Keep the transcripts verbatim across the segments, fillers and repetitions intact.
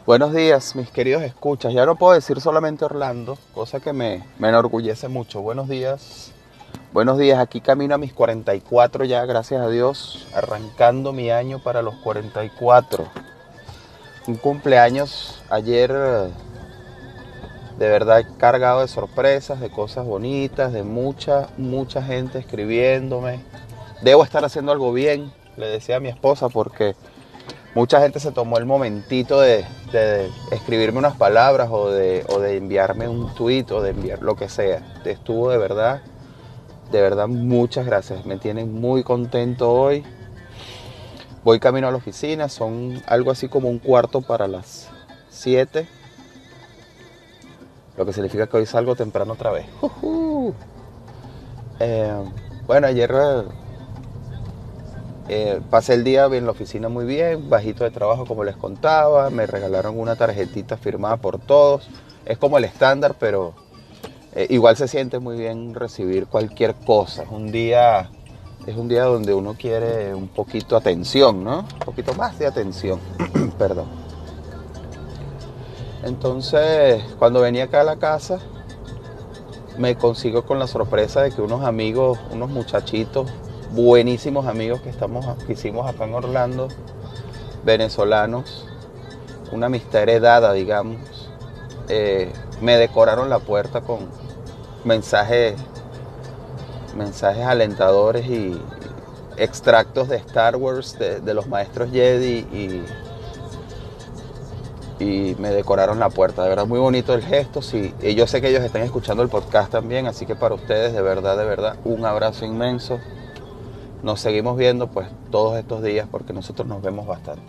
Buenos días, mis queridos escuchas. Ya no puedo decir solamente Orlando, cosa que me, me enorgullece mucho. Buenos días, buenos días. Aquí camino a mis cuarenta y cuatro ya, gracias a Dios, arrancando mi año para los cuarenta y cuatro. Un cumpleaños ayer, eh, de verdad cargado de sorpresas, de cosas bonitas, de mucha, mucha gente escribiéndome. Debo estar haciendo algo bien, le decía a mi esposa, porque mucha gente se tomó el momentito de, de escribirme unas palabras o de, o de enviarme un tuit o de enviar lo que sea. Estuvo de verdad, de verdad, muchas gracias. Me tienen muy contento hoy. Voy camino a la oficina, son algo así como un cuarto para las siete. Lo que significa que hoy salgo temprano otra vez. Uh -huh. eh, bueno, ayer Eh, pasé el día en la oficina muy bien, bajito de trabajo como les contaba, me regalaron una tarjetita firmada por todos, es como el estándar, pero eh, igual se siente muy bien recibir cualquier cosa, es un día, es un día donde uno quiere un poquito de atención, ¿no? Un poquito más de atención, perdón. Entonces, cuando venía acá a la casa, me consigo con la sorpresa de que unos amigos, unos muchachitos, buenísimos amigos que, estamos, que hicimos acá en Orlando, venezolanos, una amistad heredada, digamos, eh, me decoraron la puerta con mensajes, mensajes alentadores y extractos de Star Wars, de, de los maestros Jedi, y, y me decoraron la puerta. De verdad, muy bonito el gesto. Sí, y yo sé que ellos están escuchando el podcast también, así que para ustedes, de verdad, de verdad, un abrazo inmenso. Nos seguimos viendo pues todos estos días porque nosotros nos vemos bastante.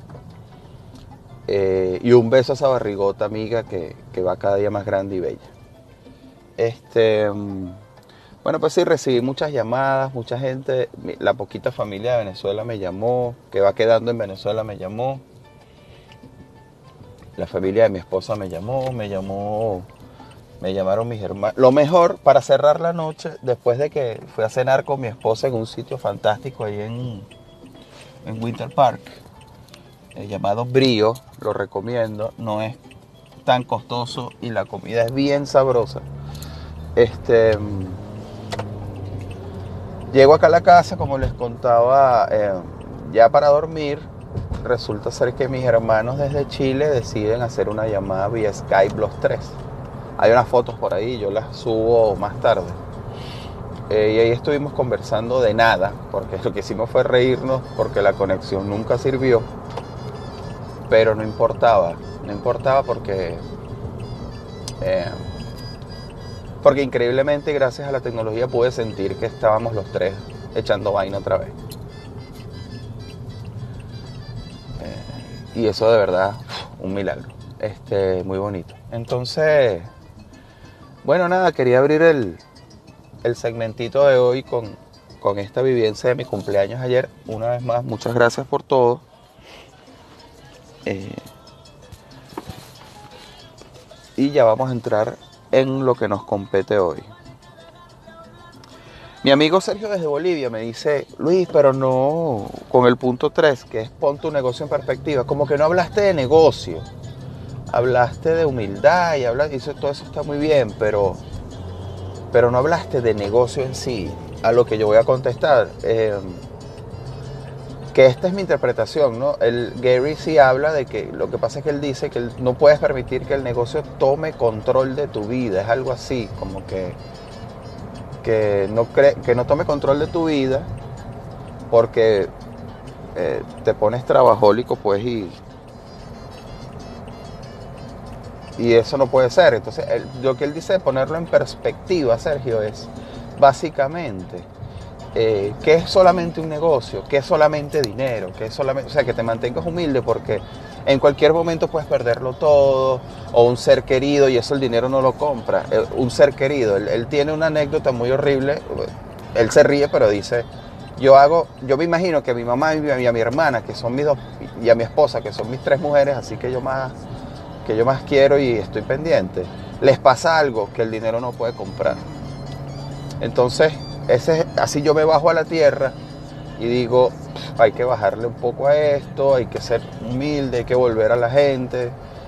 Eh, y un beso a esa barrigota amiga que, que va cada día más grande y bella. Este, bueno, pues sí, recibí muchas llamadas, mucha gente, la poquita familia de Venezuela me llamó, que va quedando en Venezuela me llamó. La familia de mi esposa me llamó, me llamó... Me llamaron mis hermanos. Lo mejor para cerrar la noche, después de que fui a cenar con mi esposa en un sitio fantástico ahí en, en Winter Park, eh, llamado Brío, lo recomiendo, no es tan costoso y la comida es bien sabrosa. Este, llego acá a la casa, como les contaba, eh, ya para dormir. Resulta ser que mis hermanos desde Chile deciden hacer una llamada vía Skype los tres. Hay unas fotos por ahí, yo las subo más tarde. Eh, y ahí estuvimos conversando de nada, porque lo que hicimos fue reírnos, porque la conexión nunca sirvió. Pero no importaba, no importaba porque... Eh, porque increíblemente, gracias a la tecnología, pude sentir que estábamos los tres echando vaina otra vez. Eh, y eso de verdad, un milagro. Este, muy bonito. Entonces... Bueno, nada, quería abrir el, el segmentito de hoy con, con esta vivencia de mi cumpleaños ayer. Una vez más, muchas gracias por todo. Eh, y ya vamos a entrar en lo que nos compete hoy. Mi amigo Sergio desde Bolivia me dice, Luis, pero no, con el punto tres, que es pon tu negocio en perspectiva, como que no hablaste de negocio. Hablaste de humildad y hablaste, y todo eso está muy bien, pero, pero no hablaste de negocio en sí. A lo que yo voy a contestar, eh, que esta es mi interpretación, ¿no? El Gary sí habla de que lo que pasa es que él dice que él, no puedes permitir que el negocio tome control de tu vida. Es algo así, como que, que, no, cre, que no tome control de tu vida porque eh, te pones trabajólico, pues, y... Y eso no puede ser. Entonces, él, lo que él dice de ponerlo en perspectiva, Sergio, es básicamente eh, ¿qué es solamente un negocio? ¿Qué es solamente dinero? ¿Qué es solamente, o sea, que te mantengas humilde porque en cualquier momento puedes perderlo todo, o un ser querido, y eso el dinero no lo compra. Eh, un ser querido. Él, él tiene una anécdota muy horrible. Él se ríe, pero dice, yo hago, yo me imagino que a mi mamá y a mi hermana, que son mis dos, y a mi esposa, que son mis tres mujeres, así que yo más... que yo más quiero y estoy pendiente, les pasa algo que el dinero no puede comprar. Entonces, ese, así yo me bajo a la tierra y digo, hay que bajarle un poco a esto, hay que ser humilde, hay que volver a la gente,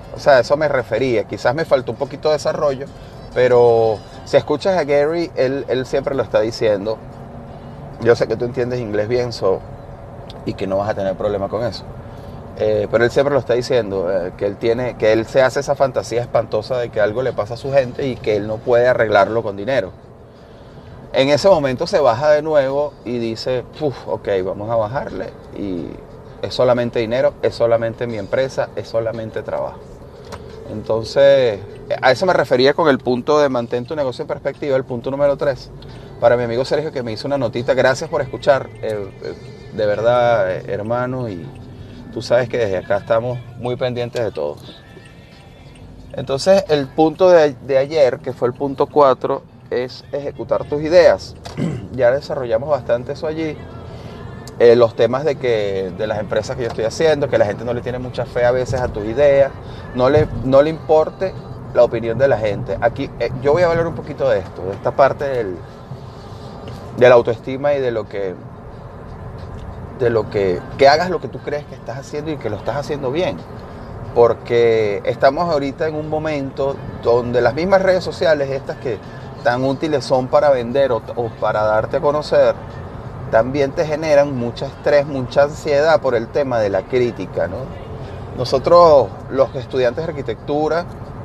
O sea, a eso me refería. Quizás me faltó un poquito de desarrollo, pero si escuchas a Gary, él, él siempre lo está diciendo. Yo sé que tú entiendes inglés bien, so, y que no vas a tener problema con eso. Eh, pero él siempre lo está diciendo, eh, que él tiene, que él se hace esa fantasía espantosa de que algo le pasa a su gente y que él no puede arreglarlo con dinero. En ese momento se baja de nuevo y dice, Puf, ok, vamos a bajarle y es solamente dinero, es solamente mi empresa, es solamente trabajo. Entonces, a eso me refería con el punto de mantén tu negocio en perspectiva, el punto número tres. Para mi amigo Sergio que me hizo una notita, gracias por escuchar, eh, eh, de verdad, eh, hermano, y tú sabes que desde acá estamos muy pendientes de todos. Entonces, el punto de, de ayer, que fue el punto cuatro, es ejecutar tus ideas. Ya desarrollamos bastante eso allí. Eh, los temas de, que, de las empresas que yo estoy haciendo, que la gente no le tiene mucha fe a veces a tus ideas, no le, no le importe la opinión de la gente. Aquí eh, yo voy a hablar un poquito de esto, de esta parte del, de la autoestima y de lo que de lo que, que hagas lo que tú crees que estás haciendo y que lo estás haciendo bien. Porque estamos ahorita en un momento donde las mismas redes sociales, estas que tan útiles son para vender o, o para darte a conocer, también te generan mucho estrés, mucha ansiedad por el tema de la crítica, ¿no? Nosotros, los estudiantes de arquitectura,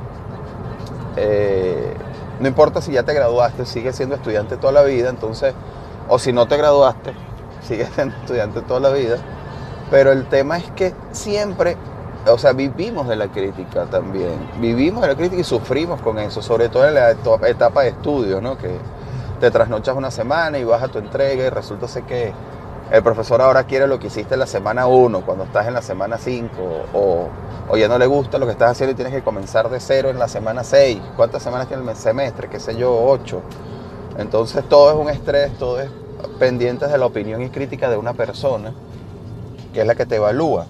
eh, no importa si ya te graduaste, sigues siendo estudiante toda la vida, entonces, o si no te graduaste, sigues siendo estudiante toda la vida, pero el tema es que siempre, o sea, vivimos de la crítica también, vivimos de la crítica y sufrimos con eso, sobre todo en la etapa de estudio, ¿no? Que te trasnochas una semana y vas a tu entrega y resulta ser que el profesor ahora quiere lo que hiciste en la semana uno, cuando estás en la semana cinco, o, o ya no le gusta lo que estás haciendo y tienes que comenzar de cero en la semana seis. ¿Cuántas semanas tiene el semestre? Qué sé yo, ocho. Entonces todo es un estrés, todo es pendientes de la opinión y crítica de una persona, que es la que te evalúa.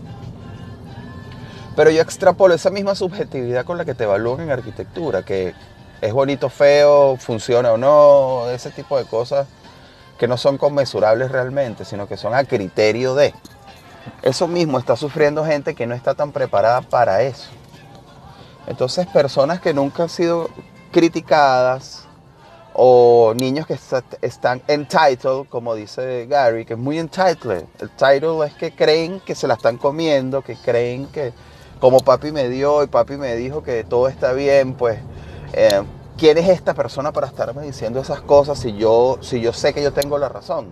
Pero yo extrapolo esa misma subjetividad con la que te evalúan en arquitectura, que es bonito, feo, funciona o no, ese tipo de cosas que no son conmensurables realmente, sino que son a criterio de. Eso mismo está sufriendo gente que no está tan preparada para eso. Entonces, personas que nunca han sido criticadas, o niños que están entitled, como dice Gary, que es muy entitled. El title es que creen que se la están comiendo, que creen que como papi me dio y papi me dijo que todo está bien, pues eh, ¿quién es esta persona para estarme diciendo esas cosas si yo, si yo sé que yo tengo la razón?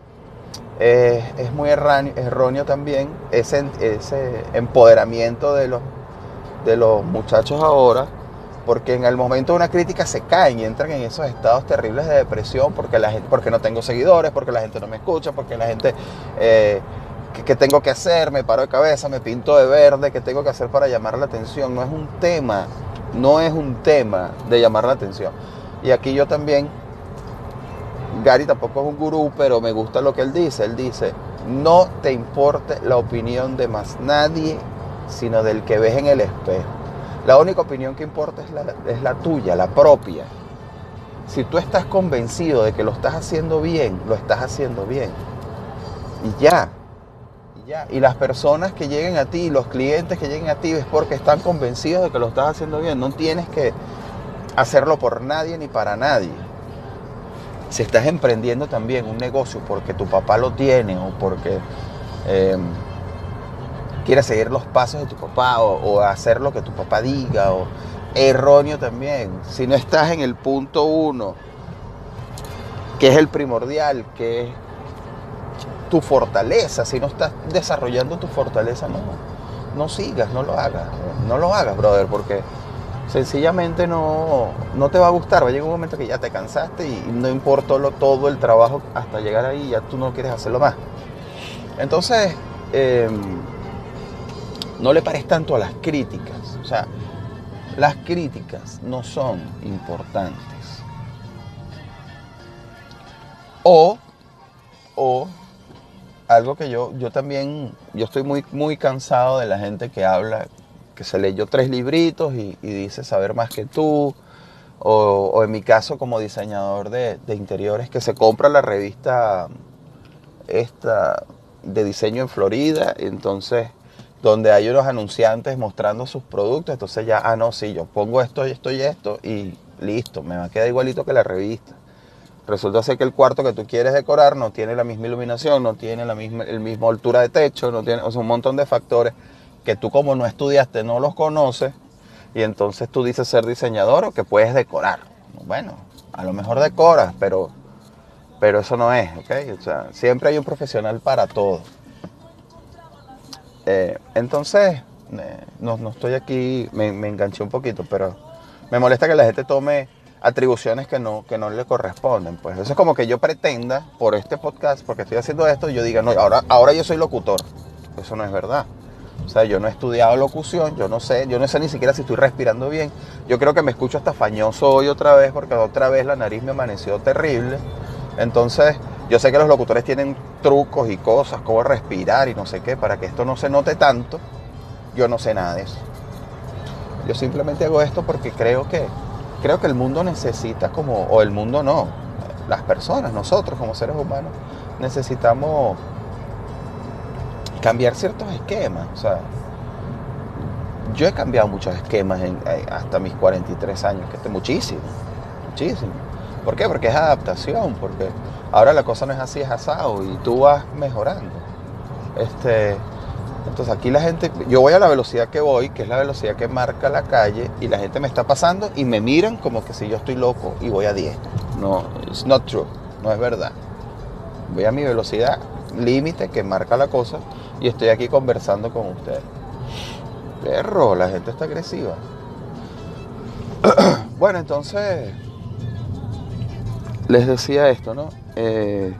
Eh, es muy erróneo, erróneo también ese, ese empoderamiento de los, de los muchachos ahora, porque en el momento de una crítica se caen y entran en esos estados terribles de depresión porque, la gente, porque no tengo seguidores, porque la gente no me escucha, porque la gente... Eh, ¿qué, ¿Qué tengo que hacer? Me paro de cabeza, me pinto de verde, ¿qué tengo que hacer para llamar la atención? No es un tema, no es un tema de llamar la atención. Y aquí yo también, Gary tampoco es un gurú, pero me gusta lo que él dice. Él dice, no te importe la opinión de más nadie, sino del que ves en el espejo. La única opinión que importa es la, es la tuya, la propia. Si tú estás convencido de que lo estás haciendo bien, lo estás haciendo bien. Y ya, y ya. Y las personas que lleguen a ti, los clientes que lleguen a ti, es porque están convencidos de que lo estás haciendo bien. No tienes que hacerlo por nadie ni para nadie. Si estás emprendiendo también un negocio porque tu papá lo tiene o porque... Eh, quieres seguir los pasos de tu papá o, o hacer lo que tu papá diga, o erróneo también. Si no estás en el punto uno, que es el primordial, que es tu fortaleza, si no estás desarrollando tu fortaleza, no, no sigas, no lo hagas, no lo hagas, brother, porque sencillamente no, no te va a gustar. Va a llegar un momento que ya te cansaste y no importó lo, todo el trabajo hasta llegar ahí, ya tú no quieres hacerlo más. Entonces, eh, no le pares tanto a las críticas. O sea, las críticas no son importantes. O, o algo que yo, yo también, yo estoy muy, muy cansado de la gente que habla, que se leyó tres libritos y, y dice saber más que tú. O, o en mi caso como diseñador de, de interiores, que se compra la revista esta de diseño en Florida, entonces donde hay unos anunciantes mostrando sus productos, entonces ya, ah, no, sí, yo pongo esto y esto y esto y listo, me va a quedar igualito que la revista. Resulta ser que el cuarto que tú quieres decorar no tiene la misma iluminación, no tiene la misma, el mismo altura de techo, no tiene, o sea, un montón de factores que tú como no estudiaste no los conoces y entonces tú dices ser diseñador o que puedes decorar. Bueno, a lo mejor decoras, pero, pero eso no es, ¿ok? O sea, siempre hay un profesional para todo. Eh, entonces, eh, no, no estoy aquí, me, me enganché un poquito, pero me molesta que la gente tome atribuciones que no, que no le corresponden. Pues eso es como que yo pretenda, por este podcast, porque estoy haciendo esto, yo diga, no, ahora, ahora yo soy locutor. Eso no es verdad. O sea, yo no he estudiado locución, yo no sé, yo no sé ni siquiera si estoy respirando bien. Yo creo que me escucho hasta fañoso hoy otra vez, porque otra vez la nariz me amaneció terrible. Entonces, yo sé que los locutores tienen trucos y cosas, cómo respirar y no sé qué, para que esto no se note tanto. Yo no sé nada de eso. Yo simplemente hago esto porque creo que, creo que el mundo necesita como, o el mundo no, las personas, nosotros como seres humanos, necesitamos cambiar ciertos esquemas. O sea, yo he cambiado muchos esquemas en, hasta mis cuarenta y tres años, que es muchísimo, muchísimo. ¿Por qué? Porque es adaptación, porque ahora la cosa no es así, es asado y tú vas mejorando. Este, entonces aquí la gente, yo voy a la velocidad que voy, que es la velocidad que marca la calle, y la gente me está pasando y me miran como que si yo estoy loco y voy a diez. No, it's not true, no es verdad. Voy a mi velocidad límite que marca la cosa y estoy aquí conversando con ustedes. Perro, la gente está agresiva. Bueno, entonces les decía esto, ¿no? Eh,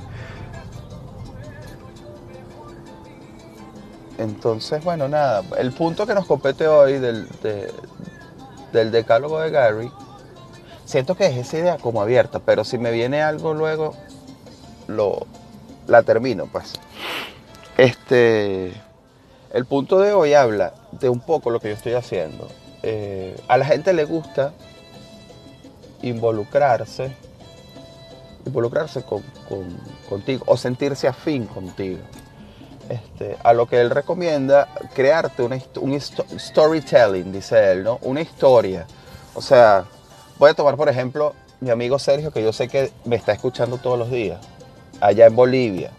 entonces, bueno, nada. El punto que nos compete hoy del, de, del decálogo de Gary, siento que es esa idea como abierta, pero si me viene algo luego, lo, la termino, pues. Este, el punto de hoy habla de un poco lo que yo estoy haciendo. Eh, a la gente le gusta involucrarse, involucrarse con, con, contigo o sentirse afín contigo. Este, a lo que él recomienda, crearte una, un storytelling, dice él, ¿no? Una historia. O sea, voy a tomar por ejemplo mi amigo Sergio, que yo sé que me está escuchando todos los días, allá en Bolivia.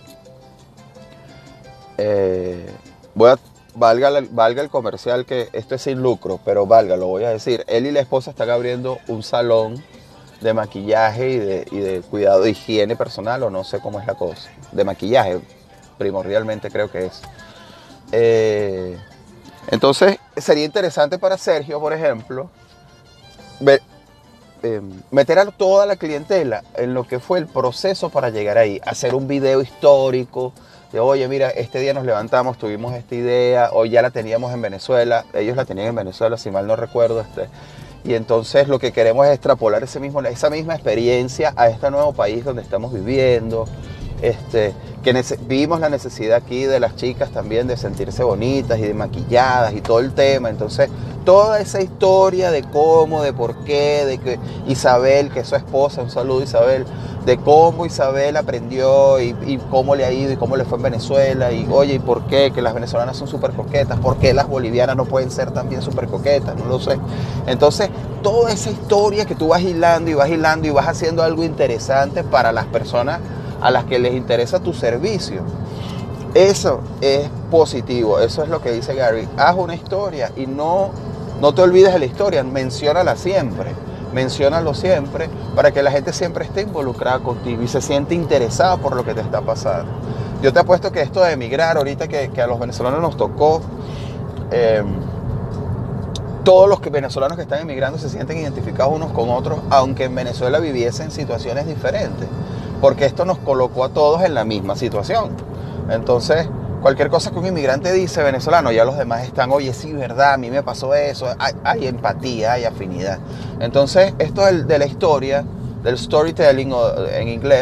Eh, voy a, valga, valga el comercial, que esto es sin lucro, pero valga, lo voy a decir. Él y la esposa están abriendo un salón de maquillaje y de, y de cuidado de higiene personal, o no sé cómo es la cosa, de maquillaje primordialmente creo que es. Eh, entonces sería interesante para Sergio, por ejemplo, ver, eh, meter a toda la clientela en lo que fue el proceso para llegar ahí, hacer un video histórico de, oye, mira, este día nos levantamos, tuvimos esta idea, hoy ya la teníamos en Venezuela, ellos la tenían en Venezuela, si mal no recuerdo, este, y entonces lo que queremos es extrapolar ese mismo, esa misma experiencia a este nuevo país donde estamos viviendo. Este, que vimos la necesidad aquí de las chicas también de sentirse bonitas y de maquilladas y todo el tema. Entonces, toda esa historia de cómo, de por qué, de que Isabel, que es su esposa, un saludo Isabel, de cómo Isabel aprendió y, y cómo le ha ido y cómo le fue en Venezuela, y oye, ¿y por qué? Que las venezolanas son súper coquetas, ¿por qué las bolivianas no pueden ser también súper coquetas? No lo sé. Entonces, toda esa historia que tú vas hilando y vas hilando y vas haciendo algo interesante para las personas a las que les interesa tu servicio. Eso es positivo, eso es lo que dice Gary. Haz una historia y no, no te olvides de la historia, menciónala siempre, menciónalo siempre para que la gente siempre esté involucrada contigo y se siente interesada por lo que te está pasando. Yo te apuesto que esto de emigrar, ahorita que, que a los venezolanos nos tocó, eh, todos los que, venezolanos que están emigrando se sienten identificados unos con otros, aunque en Venezuela viviesen situaciones diferentes, porque esto nos colocó a todos en la misma situación. Entonces, cualquier cosa que un inmigrante dice venezolano, ya los demás están, oye, sí, verdad, a mí me pasó eso, hay, hay empatía, hay afinidad. Entonces, esto de, de la historia, del storytelling o, en inglés,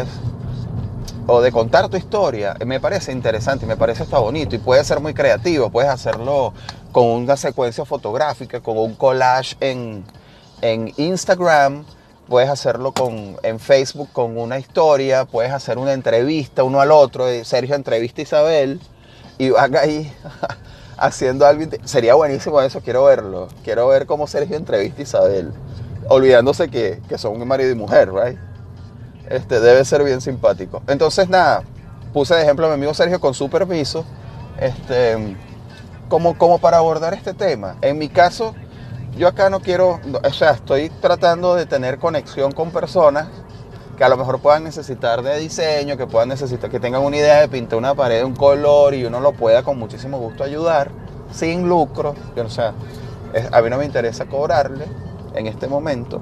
o de contar tu historia, me parece interesante, me parece hasta bonito y puede ser muy creativo. Puedes hacerlo con una secuencia fotográfica, con un collage en, en Instagram, puedes hacerlo con, en Facebook con una historia, puedes hacer una entrevista uno al otro, Sergio entrevista a Isabel y van ahí haciendo algo. Sería buenísimo eso, quiero verlo. Quiero ver cómo Sergio entrevista a Isabel. Olvidándose que, que son un marido y mujer, ¿right? Este, debe ser bien simpático. Entonces, nada, puse de ejemplo a mi amigo Sergio con su permiso, este, como, como para abordar este tema. En mi caso, yo acá no quiero, o sea, estoy tratando de tener conexión con personas que a lo mejor puedan necesitar de diseño, que puedan necesitar, que tengan una idea de pintar una pared de un color y uno lo pueda con muchísimo gusto ayudar, sin lucro. O sea, es, a mí no me interesa cobrarle en este momento.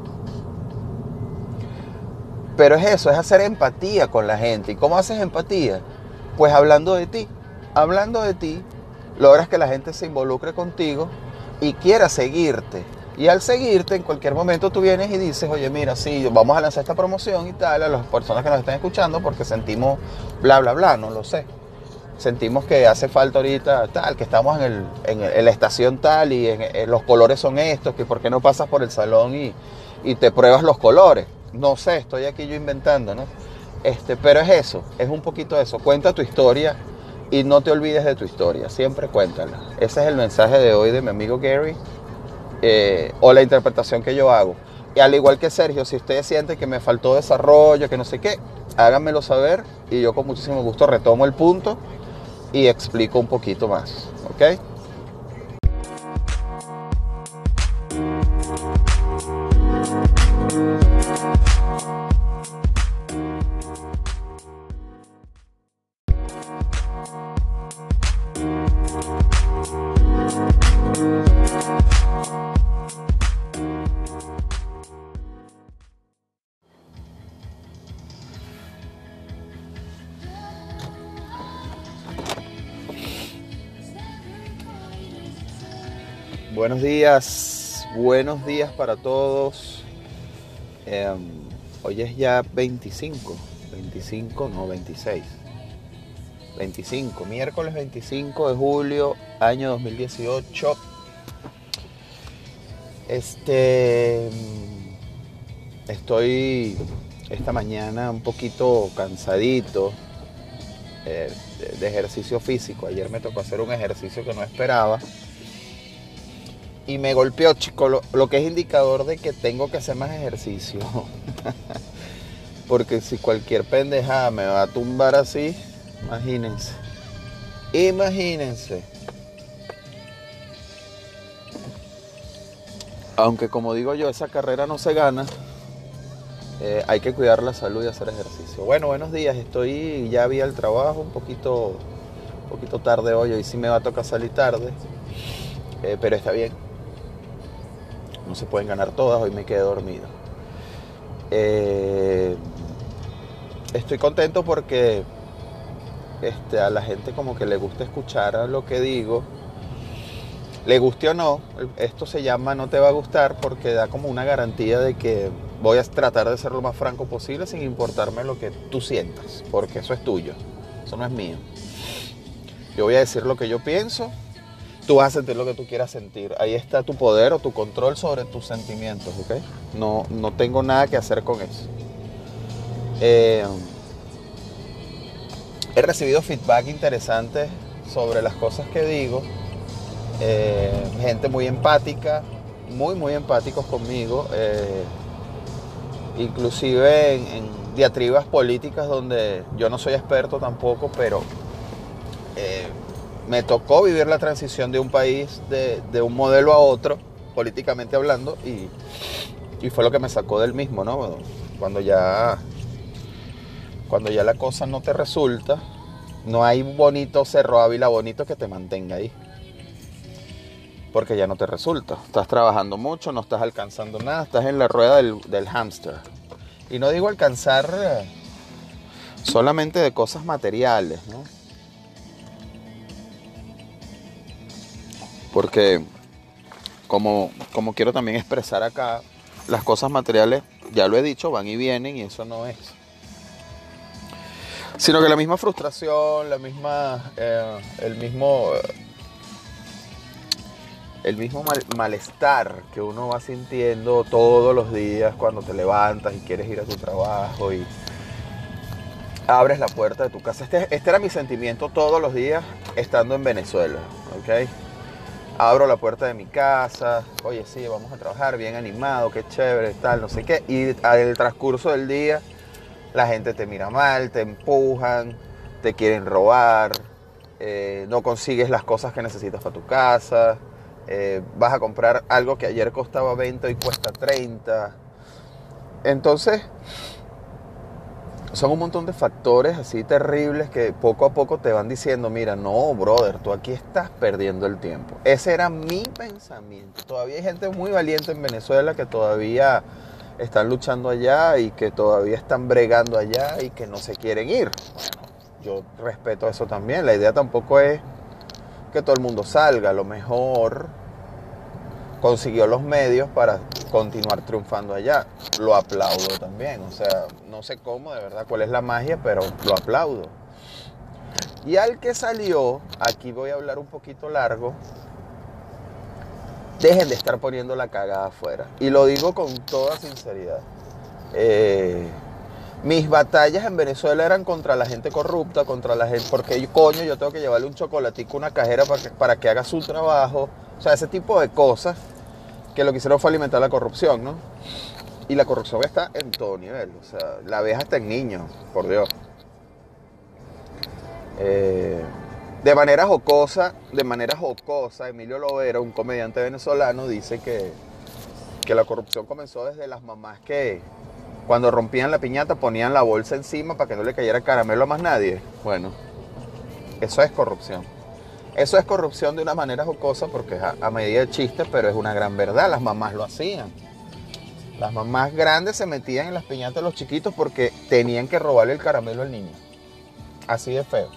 Pero es eso, es hacer empatía con la gente. ¿Y cómo haces empatía? Pues hablando de ti. Hablando de ti, logras que la gente se involucre contigo y quiera seguirte. Y al seguirte, en cualquier momento tú vienes y dices, oye, mira, sí, vamos a lanzar esta promoción y tal, a las personas que nos están escuchando, porque sentimos bla, bla, bla, no lo sé. Sentimos que hace falta ahorita tal, que estamos en, el, en, el, en la estación tal y en, en los colores son estos, que por qué no pasas por el salón y, y te pruebas los colores. No sé, estoy aquí yo inventando, ¿no? Este, pero es eso, es un poquito eso. Cuenta tu historia y no te olvides de tu historia, siempre cuéntala. Ese es el mensaje de hoy de mi amigo Gary, eh, o la interpretación que yo hago. Y al igual que Sergio, si ustedes sienten que me faltó desarrollo, que no sé qué, háganmelo saber y yo con muchísimo gusto retomo el punto y explico un poquito más, ¿ok? Buenos días, buenos días para todos. Eh, hoy es ya veinticinco, veinticinco, no, veintiséis. veinticinco, miércoles veinticinco de julio, año dos mil dieciocho. Este, estoy esta mañana un poquito cansadito eh, de ejercicio físico. Ayer me tocó hacer un ejercicio que no esperaba. Y me golpeó, chico, lo, lo que es indicador de que tengo que hacer más ejercicio. Porque si cualquier pendejada me va a tumbar así, imagínense. Imagínense. Aunque como digo yo, esa carrera no se gana. Eh, hay que cuidar la salud y hacer ejercicio. Bueno, buenos días. Estoy ya vía el trabajo, un poquito, un poquito tarde hoy. Hoy sí me va a tocar salir tarde. Eh, pero está bien. No se pueden ganar todas, hoy me quedé dormido. Eh, estoy contento porque este, a la gente como que le gusta escuchar a lo que digo. Le guste o no, esto se llama no te va a gustar porque da como una garantía de que voy a tratar de ser lo más franco posible sin importarme lo que tú sientas, porque eso es tuyo, eso no es mío. Yo voy a decir lo que yo pienso. Tú vas a sentir lo que tú quieras sentir. Ahí está tu poder o tu control sobre tus sentimientos, ¿ok? No, no tengo nada que hacer con eso. Eh, he recibido feedback interesante sobre las cosas que digo. Eh, gente muy empática, muy, muy empáticos conmigo. Eh, inclusive en, en diatribas políticas donde yo no soy experto tampoco, pero... Eh, me tocó vivir la transición de un país, de, de un modelo a otro, políticamente hablando, y, y fue lo que me sacó del mismo, ¿no? Cuando ya, cuando ya la cosa no te resulta, no hay bonito Cerro Ávila bonito que te mantenga ahí. Porque ya no te resulta. Estás trabajando mucho, no estás alcanzando nada, estás en la rueda del, del hámster. Y no digo alcanzar solamente de cosas materiales, ¿no? Porque como, como quiero también expresar acá, las cosas materiales, ya lo he dicho, van y vienen y eso no es. Sino que la misma frustración, la misma, eh, el mismo, el mismo mal, malestar que uno va sintiendo todos los días cuando te levantas y quieres ir a tu trabajo y abres la puerta de tu casa. Este, este era mi sentimiento todos los días estando en Venezuela, ¿ok? Abro la puerta de mi casa, oye, sí, vamos a trabajar, bien animado, qué chévere, tal, no sé qué. Y al transcurso del día, la gente te mira mal, te empujan, te quieren robar, eh, no consigues las cosas que necesitas para tu casa, eh, vas a comprar algo que ayer costaba veinte y cuesta treinta. Entonces, son un montón de factores así terribles que poco a poco te van diciendo, mira, no, brother, tú aquí estás perdiendo el tiempo. Ese era mi pensamiento. Todavía hay gente muy valiente en Venezuela que todavía están luchando allá y que todavía están bregando allá y que no se quieren ir. Bueno, yo respeto eso también. La idea tampoco es que todo el mundo salga. A lo mejor consiguió los medios para continuar triunfando allá. Lo aplaudo también. O sea, no sé cómo, de verdad, cuál es la magia, pero lo aplaudo. Y al que salió, aquí voy a hablar un poquito largo, dejen de estar poniendo la cagada afuera. Y lo digo con toda sinceridad. Eh, mis batallas en Venezuela eran contra la gente corrupta, contra la gente, porque coño, yo tengo que llevarle un chocolatico a una cajera para que, para que haga su trabajo. O sea, ese tipo de cosas que lo que hicieron fue alimentar la corrupción, ¿no? Y la corrupción está en todo nivel. O sea, la ves hasta en niños, por Dios. Eh, de manera jocosa, de manera jocosa, Emilio Lovera, un comediante venezolano, dice que, que la corrupción comenzó desde las mamás que cuando rompían la piñata ponían la bolsa encima para que no le cayera caramelo a más nadie. Bueno, eso es corrupción. Eso es corrupción de una manera jocosa porque es a, a medida de chiste, pero es una gran verdad. Las mamás lo hacían. Las mamás grandes se metían en las piñatas de los chiquitos porque tenían que robarle el caramelo al niño. Así de feo.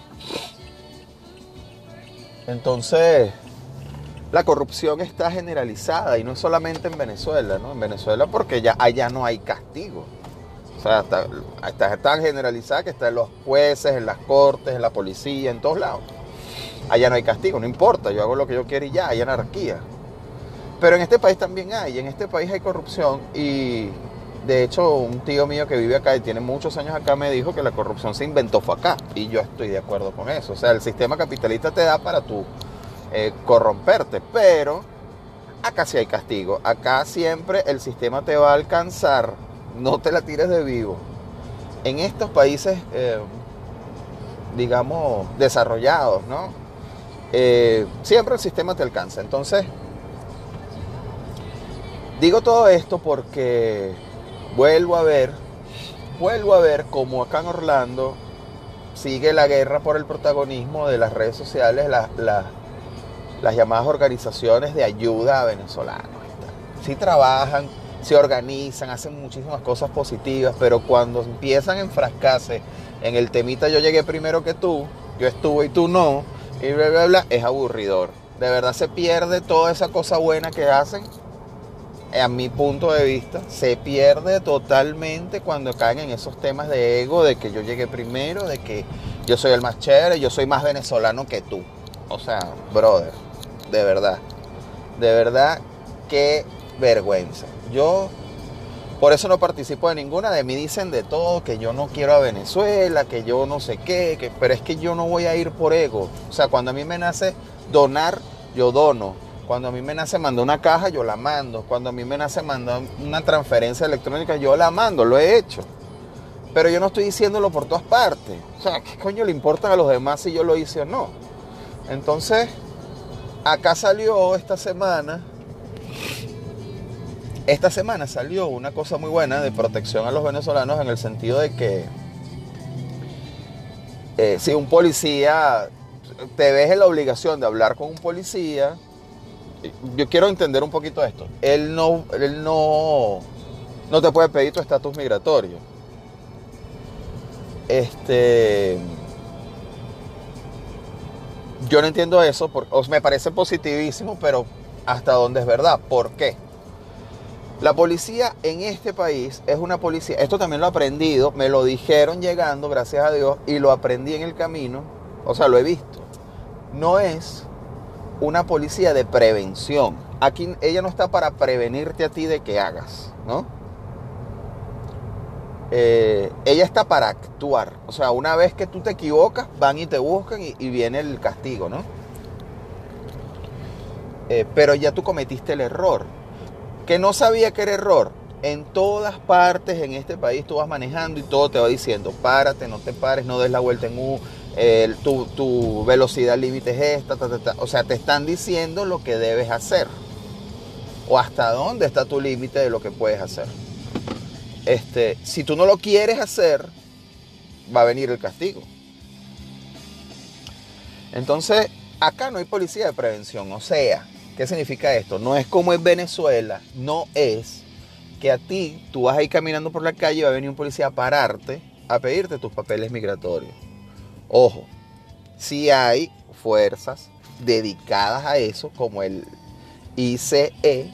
Entonces, la corrupción está generalizada y no solamente en Venezuela, ¿no? En Venezuela porque ya allá no hay castigo. O sea, está, está tan generalizada que está en los jueces, en las cortes, en la policía, en todos lados. Allá no hay castigo, no importa, yo hago lo que yo quiero y ya, hay anarquía. Pero en este país también hay, en este país hay corrupción y de hecho un tío mío que vive acá y tiene muchos años acá me dijo que la corrupción se inventó fue acá y yo estoy de acuerdo con eso. O sea, el sistema capitalista te da para tú eh, corromperte, pero acá sí hay castigo, acá siempre el sistema te va a alcanzar, no te la tires de vivo. En estos países, eh, digamos, desarrollados, ¿no? Eh, siempre el sistema te alcanza. Entonces, digo todo esto porque vuelvo a ver, vuelvo a ver cómo acá en Orlando sigue la guerra por el protagonismo de las redes sociales, las, las, las llamadas organizaciones de ayuda a venezolanos. Sí trabajan, se organizan, hacen muchísimas cosas positivas, pero cuando empiezan a enfrascarse en el temita yo llegué primero que tú, yo estuve y tú no, y bla, bla, bla, es aburridor. De verdad se pierde toda esa cosa buena que hacen. A mi punto de vista, se pierde totalmente cuando caen en esos temas de ego, de que yo llegué primero, de que yo soy el más chévere, yo soy más venezolano que tú. O sea, brother, de verdad, de verdad, qué vergüenza. Yo, por eso no participo de ninguna, de mí dicen de todo, que yo no quiero a Venezuela, que yo no sé qué, que, pero es que yo no voy a ir por ego. O sea, cuando a mí me nace donar, yo dono. Cuando a mí me nace mandar una caja, yo la mando. Cuando a mí me nace mandar una transferencia electrónica, yo la mando, lo he hecho. Pero yo no estoy diciéndolo por todas partes. O sea, ¿qué coño le importan a los demás si yo lo hice o no? Entonces, acá salió esta semana, esta semana salió una cosa muy buena de protección a los venezolanos en el sentido de que eh, si un policía, te ves en la obligación de hablar con un policía. Yo quiero entender un poquito esto. Él no, él no, no te puede pedir tu estatus migratorio. Este, yo no entiendo eso, porque, o sea, me parece positivísimo, pero ¿hasta dónde es verdad? ¿Por qué? La policía en este país es una policía, esto también lo he aprendido, me lo dijeron llegando, gracias a Dios, y lo aprendí en el camino, o sea, lo he visto. No es una policía de prevención. Aquí ella no está para prevenirte a ti de que hagas, ¿no? Eh, ella está para actuar. O sea, una vez que tú te equivocas, van y te buscan y, y viene el castigo, ¿no? eh, pero ya tú cometiste el error. Que no sabía que era error. En todas partes en este país tú vas manejando y todo te va diciendo, párate, no te pares, no des la vuelta en U, eh, tu, tu velocidad límite es esta, ta, ta, ta. O sea, te están diciendo lo que debes hacer. O hasta dónde está tu límite de lo que puedes hacer. Este, si tú no lo quieres hacer, va a venir el castigo. Entonces, acá no hay policía de prevención. O sea, ¿qué significa esto? No es como en Venezuela, no es que a ti, tú vas a ir caminando por la calle y va a venir un policía a pararte, a pedirte tus papeles migratorios. Ojo, sí hay fuerzas dedicadas a eso, como el I C E,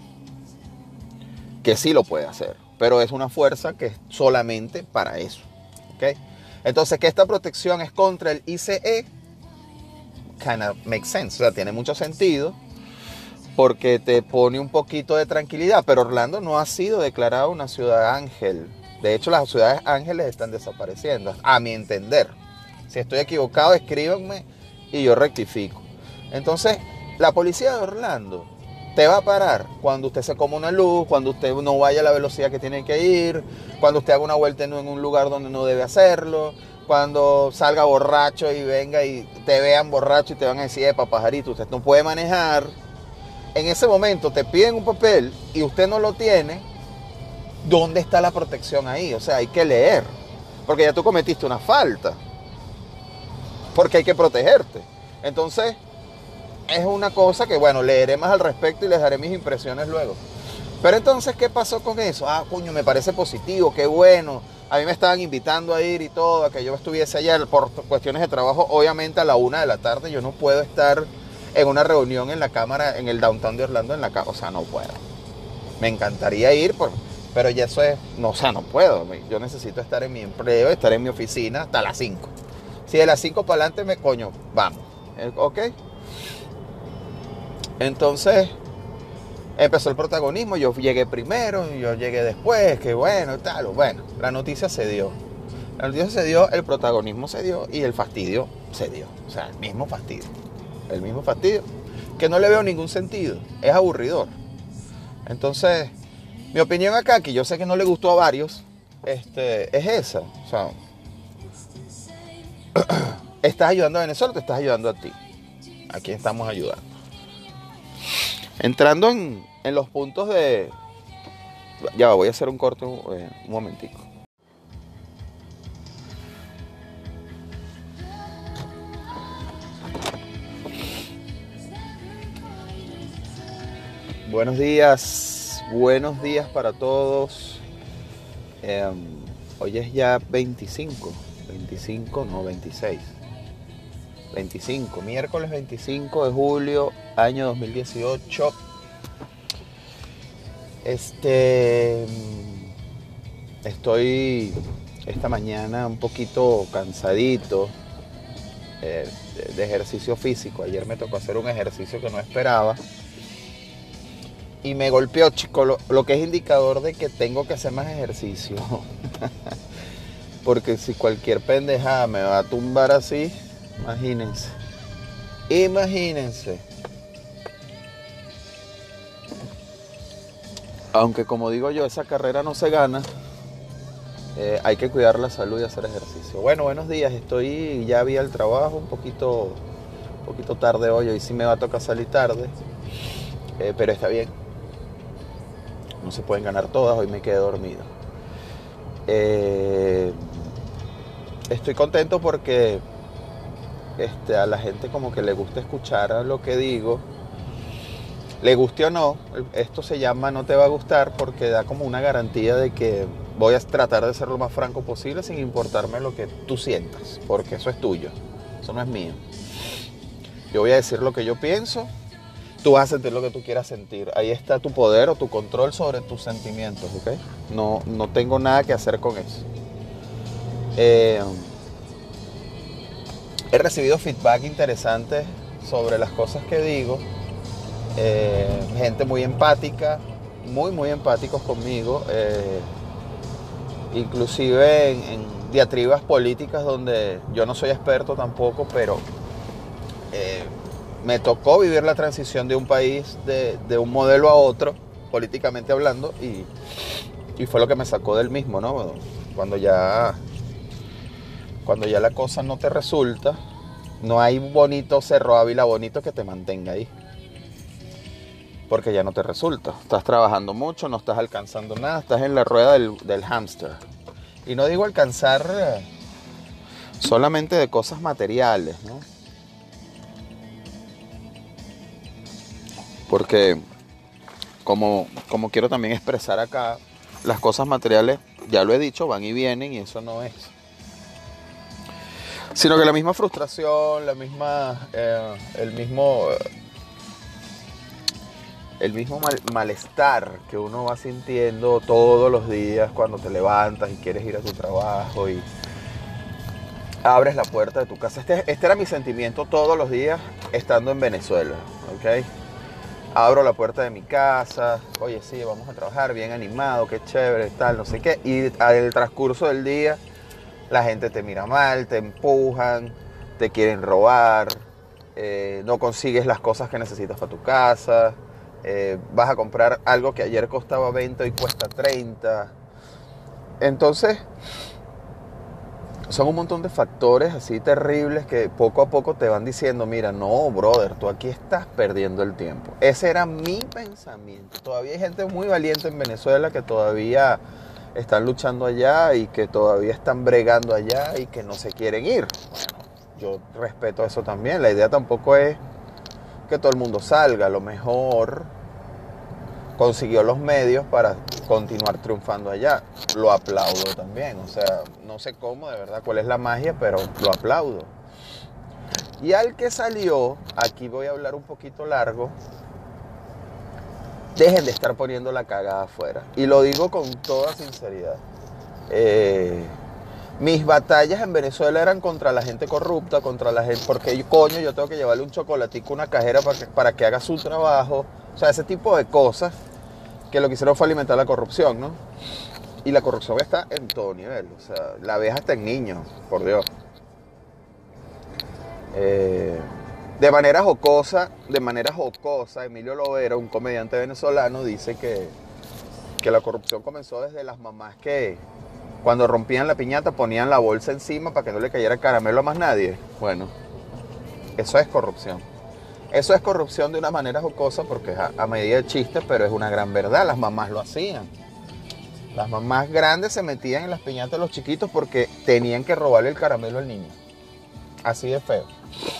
que sí lo puede hacer, pero es una fuerza que es solamente para eso, ¿ok? Entonces, que esta protección es contra el I C E, kind of makes sense, o sea, tiene mucho sentido, porque te pone un poquito de tranquilidad, pero Orlando no ha sido declarada una ciudad ángel. De hecho, las ciudades ángeles están desapareciendo, a mi entender. Si estoy equivocado, escríbanme y yo rectifico. Entonces, la policía de Orlando te va a parar cuando usted se coma una luz, cuando usted no vaya a la velocidad que tiene que ir, cuando usted haga una vuelta en un lugar donde no debe hacerlo, cuando salga borracho y venga y te vean borracho y te van a decir, epa, pajarito, usted no puede manejar. En ese momento te piden un papel y usted no lo tiene, ¿dónde está la protección ahí? O sea, hay que leer, porque ya tú cometiste una falta, porque hay que protegerte. Entonces, es una cosa que, bueno, leeré más al respecto y les daré mis impresiones luego. Pero entonces, ¿qué pasó con eso? Ah, coño, me parece positivo, qué bueno. A mí me estaban invitando a ir y todo, a que yo estuviese allá por cuestiones de trabajo. Obviamente a la una de la tarde yo no puedo estar en una reunión en la cámara, en el downtown de Orlando, en la cámara. O sea, no puedo. Me encantaría ir, por, pero ya eso es, no, o sea, no puedo. Yo necesito estar en mi empleo, estar en mi oficina hasta las cinco. Si de las cinco para adelante me coño, vamos. ¿Ok? Entonces, empezó el protagonismo, yo llegué primero, yo llegué después, que bueno, y tal. Bueno, la noticia se dio. La noticia se dio, el protagonismo se dio y el fastidio se dio. O sea, el mismo fastidio. El mismo fastidio, que no le veo ningún sentido, es aburridor. Entonces, mi opinión acá, que yo sé que no le gustó a varios, este, es esa. O sea, ¿estás ayudando a Venezuela o te estás ayudando a ti? ¿A quién estamos ayudando? Entrando en, en los puntos de... Ya voy a hacer un corte eh, un momentico. Buenos días, buenos días para todos. Eh, hoy es ya veinticinco, veinticinco, no, veintiséis. veinticinco, miércoles veinticinco de julio, año dos mil dieciocho. Este, estoy esta mañana un poquito cansadito eh, de, de ejercicio físico. Ayer me tocó hacer un ejercicio que no esperaba. Y me golpeó, chico, lo, lo que es indicador de que tengo que hacer más ejercicio. Porque si cualquier pendejada me va a tumbar así, imagínense. Imagínense. Aunque como digo yo, esa carrera no se gana. Eh, hay que cuidar la salud y hacer ejercicio. Bueno, buenos días. Estoy ya vía el trabajo, un poquito, un poquito tarde hoy. Hoy sí me va a tocar salir tarde. Eh, pero está bien. No se pueden ganar todas, hoy me quedé dormido. Eh, estoy contento porque este, a la gente como que le gusta escuchar lo que digo. Le guste o no, esto se llama no te va a gustar porque da como una garantía de que voy a tratar de ser lo más franco posible sin importarme lo que tú sientas, porque eso es tuyo, eso no es mío. Yo voy a decir lo que yo pienso. Tú vas a sentir lo que tú quieras sentir. Ahí está tu poder o tu control sobre tus sentimientos, ¿ok? No, no tengo nada que hacer con eso. Eh, he recibido feedback interesante sobre las cosas que digo. Eh, gente muy empática, muy, muy empáticos conmigo. Eh, inclusive en, en diatribas políticas donde yo no soy experto tampoco, pero... Eh, me tocó vivir la transición de un país, de, de un modelo a otro, políticamente hablando, y, y fue lo que me sacó del mismo, ¿no? Cuando ya, cuando ya la cosa no te resulta, no hay un bonito Cerro Ávila bonito que te mantenga ahí. Porque ya no te resulta. Estás trabajando mucho, no estás alcanzando nada, estás en la rueda del, del hámster. Y no digo alcanzar solamente de cosas materiales, ¿no? Porque como, como quiero también expresar acá, las cosas materiales, ya lo he dicho, van y vienen y eso no es. Sino que la misma frustración, la misma, eh, el mismo... El mismo mal, malestar que uno va sintiendo todos los días cuando te levantas y quieres ir a tu trabajo y abres la puerta de tu casa. Este, este era mi sentimiento todos los días estando en Venezuela, ¿ok? Abro la puerta de mi casa, oye, sí, vamos a trabajar, bien animado, qué chévere, tal, no sé qué. Y al transcurso del día, la gente te mira mal, te empujan, te quieren robar, eh, no consigues las cosas que necesitas para tu casa. Eh, vas a comprar algo que ayer costaba veinte y cuesta treinta. Entonces son un montón de factores así terribles que poco a poco te van diciendo, mira, no, brother, tú aquí estás perdiendo el tiempo. Ese era mi pensamiento. Todavía hay gente muy valiente en Venezuela que todavía están luchando allá y que todavía están bregando allá y que no se quieren ir. Bueno, yo respeto eso también. La idea tampoco es que todo el mundo salga. A lo mejor consiguió los medios para continuar triunfando allá. Lo aplaudo también. O sea, no sé cómo, de verdad, cuál es la magia, pero lo aplaudo. Y al que salió, aquí voy a hablar un poquito largo, dejen de estar poniendo la cagada afuera. Y lo digo con toda sinceridad. Eh... Mis batallas en Venezuela eran contra la gente corrupta, contra la gente... Porque, coño, yo tengo que llevarle un chocolatico a una cajera para que, para que haga su trabajo. O sea, ese tipo de cosas que lo que hicieron fue alimentar la corrupción, ¿no? Y la corrupción está en todo nivel. O sea, la ves hasta en niños, por Dios. Eh, de manera jocosa, de manera jocosa, Emilio Lovera, un comediante venezolano, dice que, que la corrupción comenzó desde las mamás que... Cuando rompían la piñata ponían la bolsa encima para que no le cayera caramelo a más nadie. Bueno, eso es corrupción. Eso es corrupción de una manera jocosa porque a, a medida de chiste, pero es una gran verdad. Las mamás lo hacían. Las mamás grandes se metían en las piñatas de los chiquitos porque tenían que robarle el caramelo al niño. Así de feo.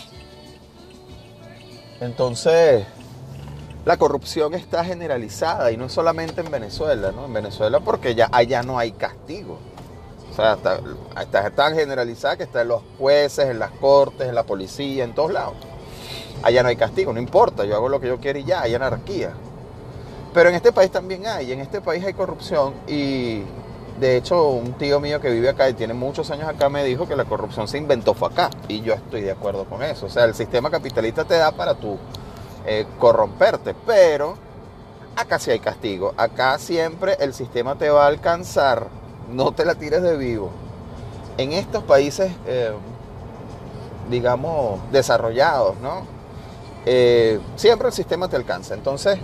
Entonces, la corrupción está generalizada y no solamente en Venezuela, ¿no? En Venezuela porque ya allá no hay castigo. O sea, está, está tan generalizada que está en los jueces, en las cortes, en la policía, en todos lados. Allá no hay castigo, no importa, yo hago lo que yo quiero y ya, hay anarquía. Pero en este país también hay, en este país hay corrupción y de hecho un tío mío que vive acá y tiene muchos años acá me dijo que la corrupción se inventó fue acá y yo estoy de acuerdo con eso. O sea, el sistema capitalista te da para tú eh, corromperte, pero acá sí hay castigo, acá siempre el sistema te va a alcanzar, no te la tires de vivo. En estos países, eh, digamos, desarrollados, ¿no? Eh, siempre el sistema te alcanza. Entonces,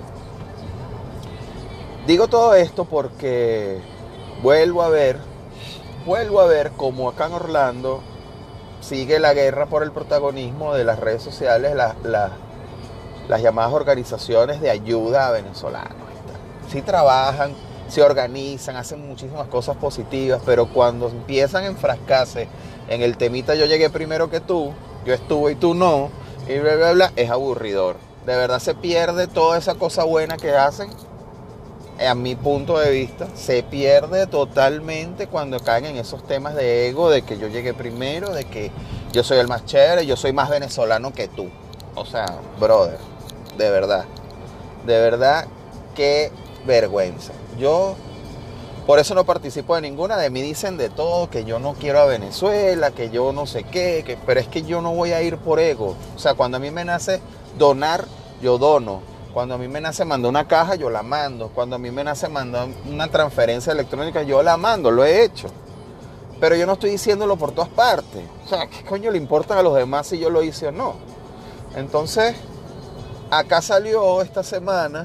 digo todo esto porque vuelvo a ver, vuelvo a ver cómo acá en Orlando sigue la guerra por el protagonismo de las redes sociales, la, la, las llamadas organizaciones de ayuda a venezolanos. Sí trabajan, se organizan, hacen muchísimas cosas positivas, pero cuando empiezan a enfrascarse en el temita yo llegué primero que tú, yo estuve y tú no, y bla, bla, bla, es aburridor. De verdad se pierde toda esa cosa buena que hacen. A mi punto de vista, se pierde totalmente cuando caen en esos temas de ego, de que yo llegué primero, de que yo soy el más chévere, yo soy más venezolano que tú. O sea, brother, de verdad, de verdad, qué vergüenza. Yo, por eso no participo de ninguna. De mí dicen de todo, que yo no quiero a Venezuela, que yo no sé qué, que, pero es que yo no voy a ir por ego. O sea, cuando a mí me nace donar, yo dono. Cuando a mí me nace mandar una caja, yo la mando. Cuando a mí me nace mandar una transferencia electrónica, yo la mando, lo he hecho. Pero yo no estoy diciéndolo por todas partes. O sea, ¿qué coño le importan a los demás si yo lo hice o no? Entonces, acá salió esta semana,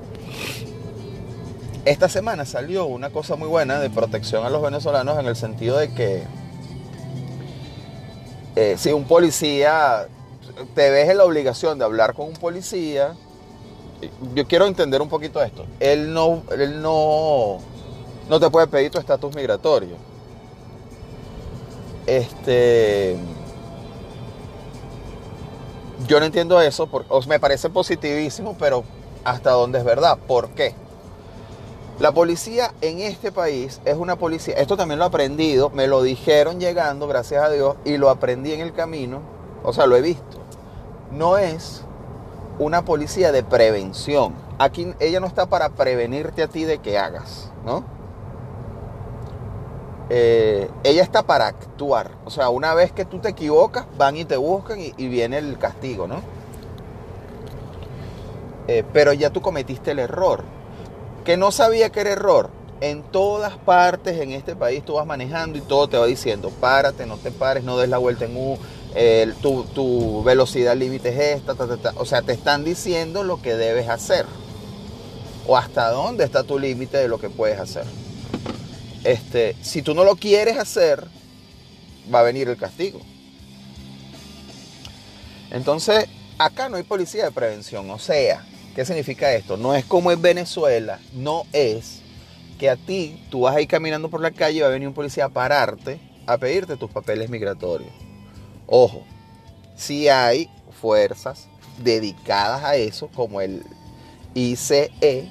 esta semana salió una cosa muy buena de protección a los venezolanos en el sentido de que eh, si un policía, te ves en la obligación de hablar con un policía, yo quiero entender un poquito esto, él no, él no, no te puede pedir tu estatus migratorio. Este... Yo no entiendo eso, porque, o sea, me parece positivísimo, pero ¿hasta dónde es verdad? ¿Por qué? La policía en este país es una policía, esto también lo he aprendido, me lo dijeron llegando, gracias a Dios, y lo aprendí en el camino, o sea, lo he visto. No es una policía de prevención. Aquí ella no está para prevenirte a ti de que hagas, ¿no? Eh, ella está para actuar. O sea, una vez que tú te equivocas, van y te buscan y, y viene el castigo, ¿no? Eh, pero ya tú cometiste el error. Que no sabía que era error. En todas partes en este país tú vas manejando y todo te va diciendo, párate, no te pares, no des la vuelta en U, eh, tu, tu velocidad límite es esta, ta, ta, ta. O sea, te están diciendo lo que debes hacer. O hasta dónde está tu límite de lo que puedes hacer. Este, si tú no lo quieres hacer, va a venir el castigo. Entonces, acá no hay policía de prevención. O sea, ¿qué significa esto? No es como en Venezuela, no es que a ti, tú vas a ir caminando por la calle y va a venir un policía a pararte, a pedirte tus papeles migratorios. Ojo, sí hay fuerzas dedicadas a eso, como el I C E,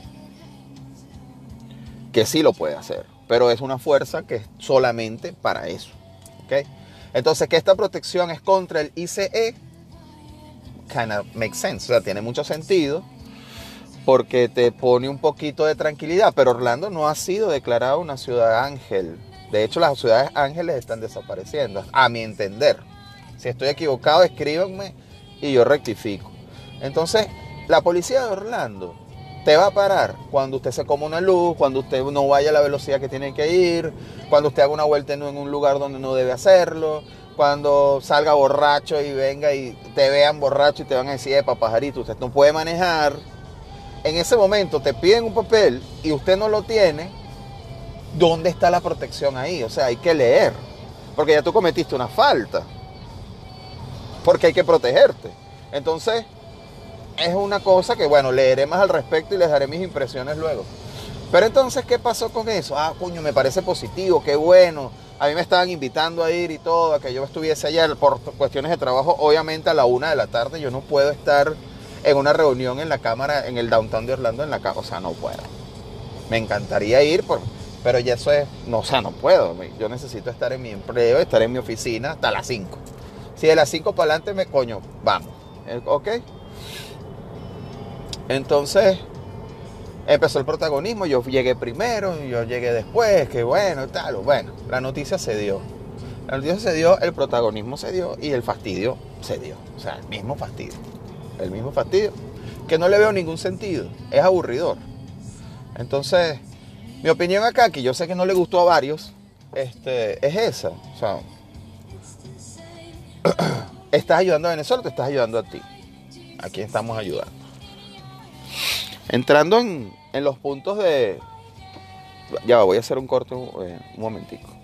que sí lo puede hacer. Pero es una fuerza que es solamente para eso. ¿Okay? Entonces, que esta protección es contra el I C E, kinda makes sense. O sea, tiene mucho sentido porque te pone un poquito de tranquilidad. Pero Orlando no ha sido declarada una ciudad ángel. De hecho, las ciudades ángeles están desapareciendo, a mi entender. Si estoy equivocado, escríbanme y yo rectifico. Entonces, la policía de Orlando te va a parar cuando usted se coma una luz, cuando usted no vaya a la velocidad que tiene que ir, cuando usted haga una vuelta en un lugar donde no debe hacerlo, cuando salga borracho y venga y te vean borracho y te van a decir, epa, pajarito, usted no puede manejar. En ese momento te piden un papel y usted no lo tiene, ¿dónde está la protección ahí? O sea, hay que leer, porque ya tú cometiste una falta, porque hay que protegerte. Entonces, es una cosa que, bueno, leeré más al respecto y les daré mis impresiones luego. Pero entonces, ¿qué pasó con eso? Ah, coño, me parece positivo, qué bueno. A mí me estaban invitando a ir y todo, a que yo estuviese allá por cuestiones de trabajo. Obviamente a la una de la tarde yo no puedo estar en una reunión en la cámara, en el downtown de Orlando, en la cámara. O sea, no puedo. Me encantaría ir, por, pero ya eso es, no, o sea, no puedo. Yo necesito estar en mi empleo, estar en mi oficina hasta las cinco. Si de las cinco para adelante me, coño, vamos. ¿Ok? Entonces empezó el protagonismo, yo llegué primero, yo llegué después, que bueno, tal, bueno, la noticia se dio. La noticia se dio, el protagonismo se dio y el fastidio se dio. O sea, el mismo fastidio. El mismo fastidio, que no le veo ningún sentido, es aburridor. Entonces, mi opinión acá, que yo sé que no le gustó a varios, este, es esa. O sea, ¿estás ayudando a Venezuela o te estás ayudando a ti? ¿A quién estamos ayudando? Entrando en, en los puntos de... Ya va, voy a hacer un corte eh, un momentico.